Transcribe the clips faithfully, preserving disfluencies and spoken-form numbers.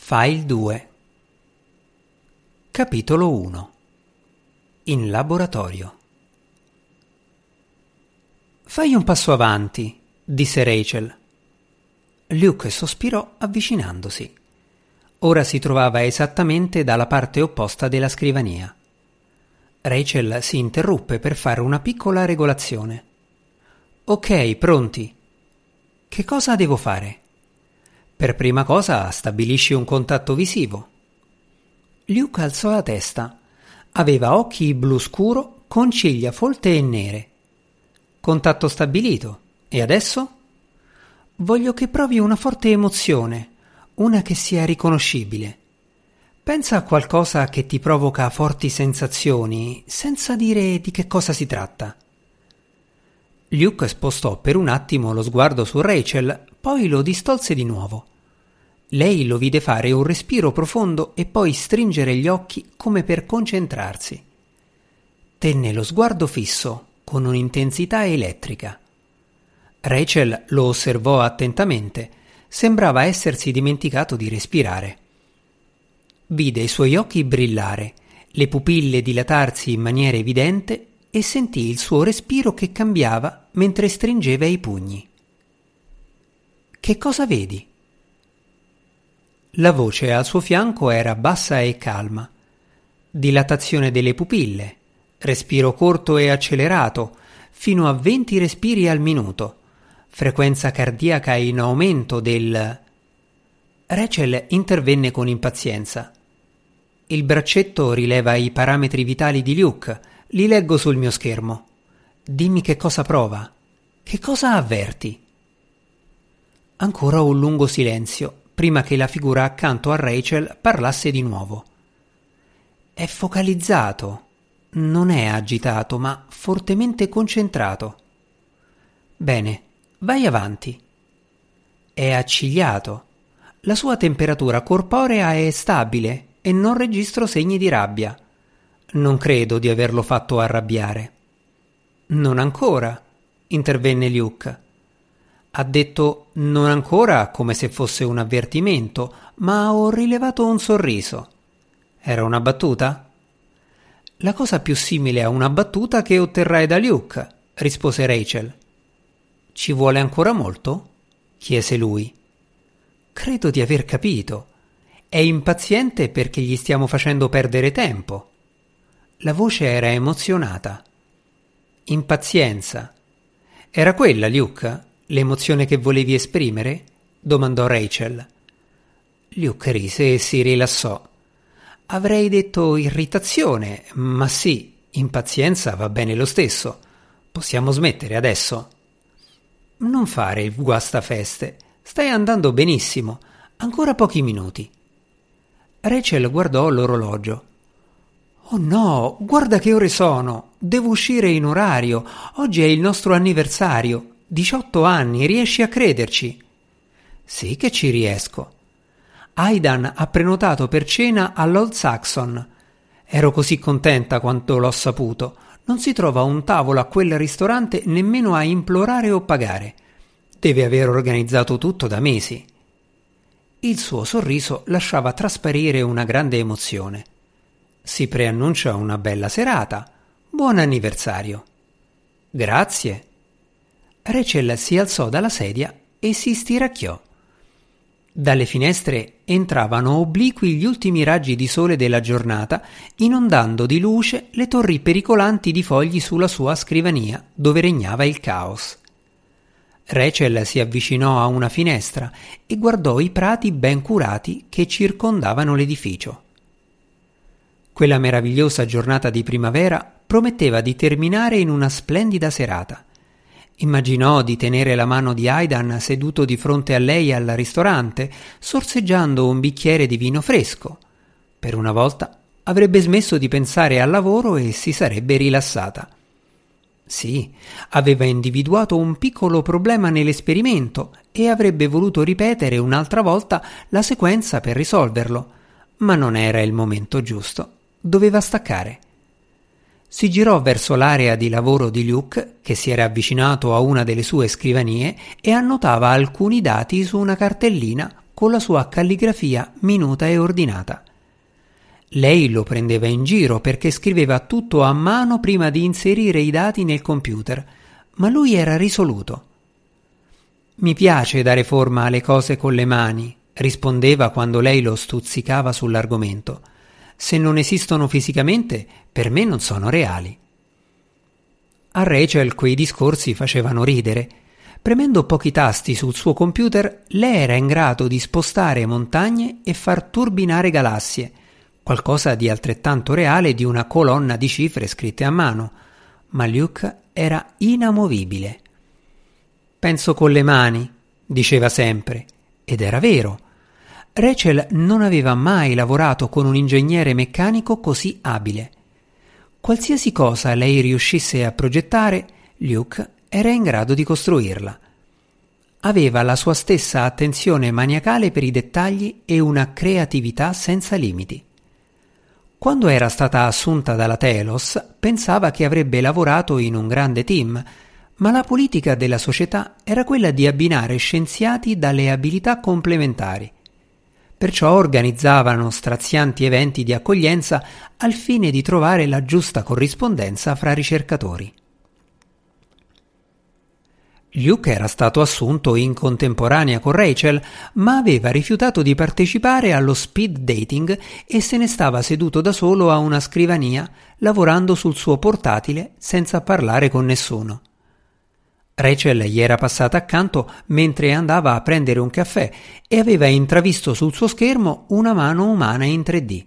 File due. Capitolo uno. In laboratorio. Fai un passo avanti, disse Rachel. Luke sospirò avvicinandosi. Ora si trovava esattamente dalla parte opposta della scrivania. Rachel si interruppe per fare una piccola regolazione. Ok, pronti. Che cosa devo fare? Per prima cosa stabilisci un contatto visivo. Luke alzò la testa. Aveva occhi blu scuro con ciglia folte e nere. Contatto stabilito. E adesso? Voglio che provi una forte emozione, una che sia riconoscibile. Pensa a qualcosa che ti provoca forti sensazioni, senza dire di che cosa si tratta. Luke spostò per un attimo lo sguardo su Rachel, poi lo distolse di nuovo. Lei lo vide fare un respiro profondo e poi stringere gli occhi come per concentrarsi. Tenne lo sguardo fisso, con un'intensità elettrica. Rachel lo osservò attentamente. Sembrava essersi dimenticato di respirare. Vide i suoi occhi brillare, le pupille dilatarsi in maniera evidente e sentì il suo respiro che cambiava mentre stringeva i pugni. Che cosa vedi? La voce al suo fianco era bassa e calma. Dilatazione delle pupille, respiro corto e accelerato, fino a venti respiri al minuto, frequenza cardiaca in aumento del... Rachel intervenne con impazienza. Il braccetto rileva i parametri vitali di Luke, li leggo sul mio schermo. Dimmi che cosa prova, che cosa avverti. Ancora un lungo silenzio, prima che la figura accanto a Rachel parlasse di nuovo. È focalizzato, non è agitato, ma fortemente concentrato. Bene, vai avanti. È accigliato. La sua temperatura corporea è stabile e non registro segni di rabbia. Non credo di averlo fatto arrabbiare. Non ancora, intervenne Luke. Ha detto non ancora come se fosse un avvertimento, ma ho rilevato un sorriso. Era una battuta? La cosa più simile a una battuta che otterrai da Luke, rispose Rachel. Ci vuole ancora molto? Chiese lui. Credo di aver capito. È impaziente perché gli stiamo facendo perdere tempo. La voce era emozionata. Impazienza. Era quella, Luke? L'emozione che volevi esprimere? Domandò Rachel. Luke rise e si rilassò. Avrei detto irritazione, ma sì, impazienza va bene lo stesso. Possiamo smettere adesso? Non fare il guastafeste. Stai andando benissimo. Ancora pochi minuti. Rachel guardò l'orologio. Oh no, guarda che ore sono. Devo uscire in orario. Oggi è il nostro anniversario. diciotto anni, riesci a crederci? Sì che ci riesco. Aidan ha prenotato per cena all'Old Saxon. Ero così contenta quando l'ho saputo. Non si trova un tavolo a quel ristorante nemmeno a implorare o pagare. Deve aver organizzato tutto da mesi. Il suo sorriso lasciava trasparire una grande emozione. Si preannuncia una bella serata. Buon anniversario. Grazie. Rachel si alzò dalla sedia e si stiracchiò. Dalle finestre entravano obliqui gli ultimi raggi di sole della giornata, inondando di luce le torri pericolanti di fogli sulla sua scrivania, dove regnava il caos. Rachel si avvicinò a una finestra e guardò i prati ben curati che circondavano l'edificio. Quella meravigliosa giornata di primavera prometteva di terminare in una splendida serata. Immaginò di tenere la mano di Aidan seduto di fronte a lei al ristorante, sorseggiando un bicchiere di vino fresco. Per una volta avrebbe smesso di pensare al lavoro e si sarebbe rilassata. Sì, aveva individuato un piccolo problema nell'esperimento e avrebbe voluto ripetere un'altra volta la sequenza per risolverlo, ma non era il momento giusto. Doveva staccare. Si girò verso l'area di lavoro di Luke, che si era avvicinato a una delle sue scrivanie e annotava alcuni dati su una cartellina con la sua calligrafia minuta e ordinata. Lei lo prendeva in giro perché scriveva tutto a mano prima di inserire i dati nel computer, ma lui era risoluto. «Mi piace dare forma alle cose con le mani», rispondeva quando lei lo stuzzicava sull'argomento. «Se non esistono fisicamente, per me non sono reali». A Rachel quei discorsi facevano ridere. Premendo pochi tasti sul suo computer, lei era in grado di spostare montagne e far turbinare galassie, qualcosa di altrettanto reale di una colonna di cifre scritte a mano, ma Luke era inamovibile. «Penso con le mani», diceva sempre, ed era vero. Rachel non aveva mai lavorato con un ingegnere meccanico così abile. Qualsiasi cosa lei riuscisse a progettare, Luke era in grado di costruirla. Aveva la sua stessa attenzione maniacale per i dettagli e una creatività senza limiti. Quando era stata assunta dalla Telos, pensava che avrebbe lavorato in un grande team, ma la politica della società era quella di abbinare scienziati dalle abilità complementari. Perciò organizzavano strazianti eventi di accoglienza al fine di trovare la giusta corrispondenza fra ricercatori. Luke era stato assunto in contemporanea con Rachel, ma aveva rifiutato di partecipare allo speed dating e se ne stava seduto da solo a una scrivania, lavorando sul suo portatile senza parlare con nessuno. Rachel gli era passata accanto mentre andava a prendere un caffè e aveva intravisto sul suo schermo una mano umana in tre D.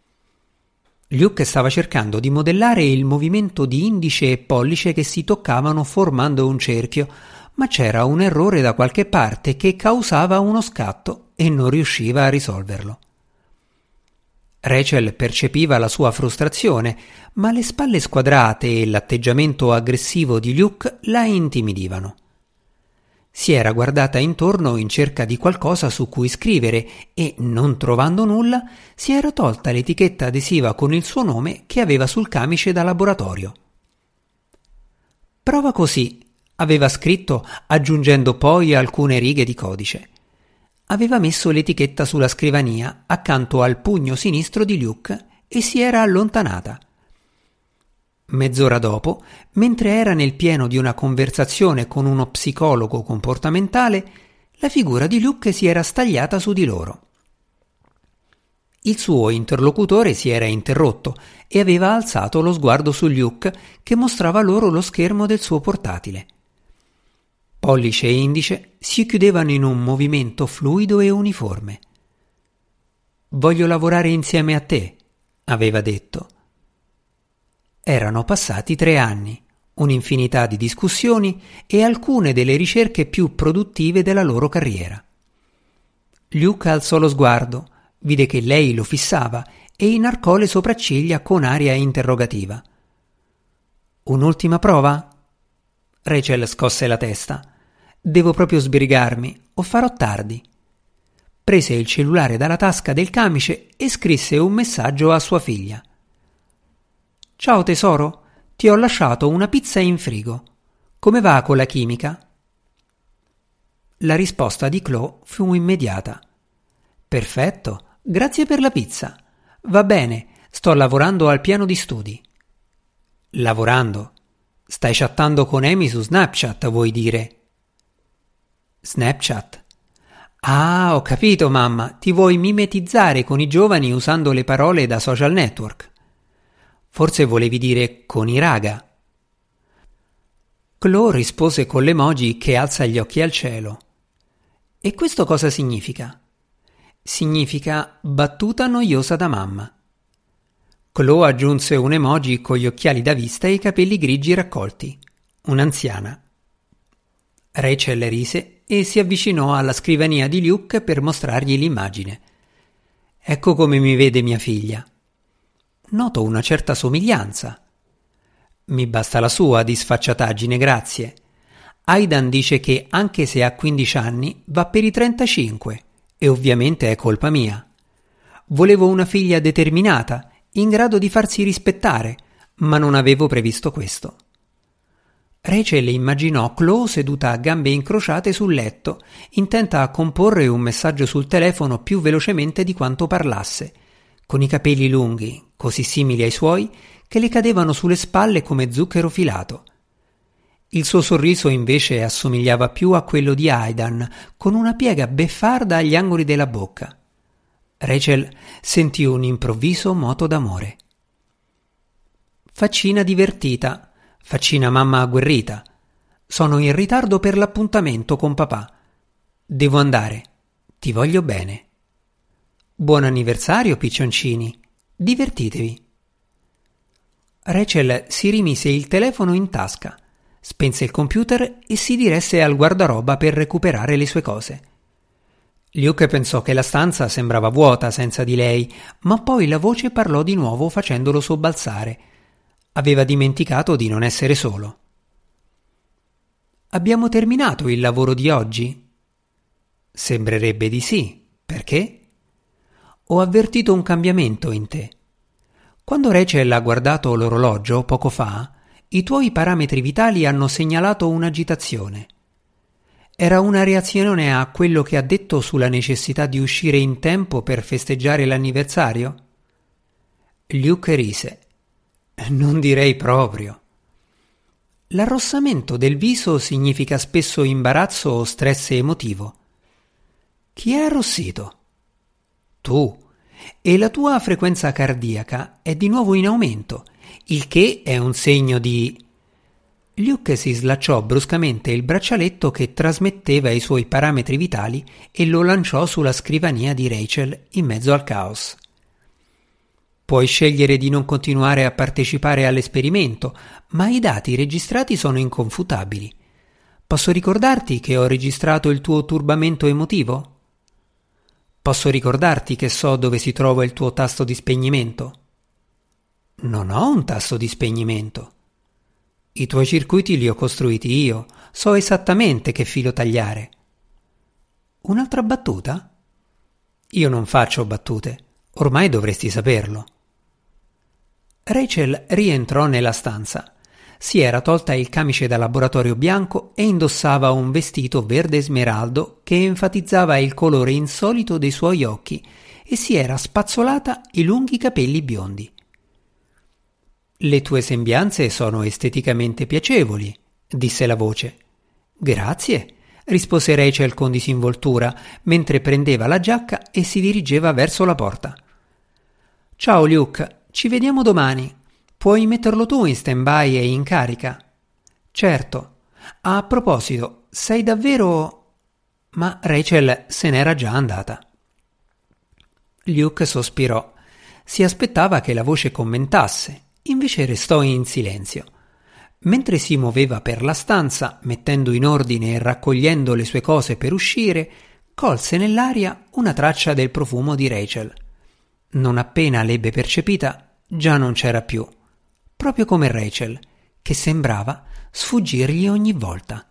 Luke stava cercando di modellare il movimento di indice e pollice che si toccavano formando un cerchio, ma c'era un errore da qualche parte che causava uno scatto e non riusciva a risolverlo. Rachel percepiva la sua frustrazione, ma le spalle squadrate e l'atteggiamento aggressivo di Luke la intimidivano. Si era guardata intorno in cerca di qualcosa su cui scrivere e, non trovando nulla, si era tolta l'etichetta adesiva con il suo nome che aveva sul camice da laboratorio. «Prova così», aveva scritto, aggiungendo poi alcune righe di codice. Aveva messo l'etichetta sulla scrivania accanto al pugno sinistro di Luke e si era allontanata. Mezz'ora dopo, mentre era nel pieno di una conversazione con uno psicologo comportamentale, la figura di Luke si era stagliata su di loro. Il suo interlocutore si era interrotto e aveva alzato lo sguardo su Luke, che mostrava loro lo schermo del suo portatile. Pollice e indice si chiudevano in un movimento fluido e uniforme. «Voglio lavorare insieme a te», aveva detto. Erano passati tre anni, un'infinità di discussioni e alcune delle ricerche più produttive della loro carriera. Luke alzò lo sguardo, vide che lei lo fissava e inarcò le sopracciglia con aria interrogativa. «Un'ultima prova?» Rachel scosse la testa. «Devo proprio sbrigarmi, o farò tardi». Prese il cellulare dalla tasca del camice e scrisse un messaggio a sua figlia. «Ciao tesoro, ti ho lasciato una pizza in frigo. Come va con la chimica?» La risposta di Chloe fu immediata. «Perfetto, grazie per la pizza. Va bene, sto lavorando al piano di studi». «Lavorando? Stai chattando con Amy su Snapchat, vuoi dire?» «Snapchat? Ah, ho capito, mamma, ti vuoi mimetizzare con i giovani usando le parole da social network. Forse volevi dire con i raga». Chloe rispose con l'emoji che alza gli occhi al cielo. «E questo cosa significa?» «Significa battuta noiosa da mamma». Chloe aggiunse un emoji con gli occhiali da vista e i capelli grigi raccolti. Un'anziana. Rachel rise e si avvicinò alla scrivania di Luke per mostrargli l'immagine. «Ecco come mi vede mia figlia. Noto una certa somiglianza». «Mi basta la sua di sfacciataggine, grazie. Aidan dice che anche se ha quindici anni va per i trentacinque e ovviamente è colpa mia. Volevo una figlia determinata, in grado di farsi rispettare, ma non avevo previsto questo». Rachel immaginò Chloe seduta a gambe incrociate sul letto, intenta a comporre un messaggio sul telefono più velocemente di quanto parlasse, con i capelli lunghi, così simili ai suoi, che le cadevano sulle spalle come zucchero filato. Il suo sorriso invece assomigliava più a quello di Aidan, con una piega beffarda agli angoli della bocca. Rachel sentì un improvviso moto d'amore. Faccina divertita, faccina mamma agguerrita. Sono in ritardo per l'appuntamento con papà. Devo andare. Ti voglio bene. Buon anniversario, piccioncini. Divertitevi. Rachel si rimise il telefono in tasca, spense il computer e si diresse al guardaroba per recuperare le sue cose. Luke pensò che la stanza sembrava vuota senza di lei, ma poi la voce parlò di nuovo facendolo sobbalzare. Aveva dimenticato di non essere solo. Abbiamo terminato il lavoro di oggi? Sembrerebbe di sì. Perché? Ho avvertito un cambiamento in te. Quando Rachel ha guardato l'orologio poco fa, i tuoi parametri vitali hanno segnalato un'agitazione. Era una reazione a quello che ha detto sulla necessità di uscire in tempo per festeggiare l'anniversario? Luke rise. Non direi proprio. L'arrossamento del viso significa spesso imbarazzo o stress emotivo. Chi è arrossito? Tu. E la tua frequenza cardiaca è di nuovo in aumento, il che è un segno di... Luke si slacciò bruscamente il braccialetto che trasmetteva i suoi parametri vitali e lo lanciò sulla scrivania di Rachel in mezzo al caos. Puoi scegliere di non continuare a partecipare all'esperimento, ma i dati registrati sono inconfutabili. Posso ricordarti che ho registrato il tuo turbamento emotivo? Posso ricordarti che so dove si trova il tuo tasto di spegnimento? Non ho un tasto di spegnimento. I tuoi circuiti li ho costruiti io, so esattamente che filo tagliare. Un'altra battuta? Io non faccio battute, ormai dovresti saperlo. Rachel rientrò nella stanza. Si era tolta il camice da laboratorio bianco e indossava un vestito verde smeraldo che enfatizzava il colore insolito dei suoi occhi e si era spazzolata i lunghi capelli biondi. Le tue sembianze sono esteticamente piacevoli, disse la voce. Grazie, rispose Rachel con disinvoltura mentre prendeva la giacca e si dirigeva verso la porta. Ciao Luke. Ci vediamo domani. Puoi metterlo tu in stand-by e in carica? Certo. A proposito, sei davvero... Ma Rachel se n'era già andata. Luke sospirò. Si aspettava che la voce commentasse, invece restò in silenzio. Mentre si muoveva per la stanza, mettendo in ordine e raccogliendo le sue cose per uscire, colse nell'aria una traccia del profumo di Rachel. Non appena l'ebbe percepita, già non c'era più, proprio come Rachel, che sembrava sfuggirgli ogni volta.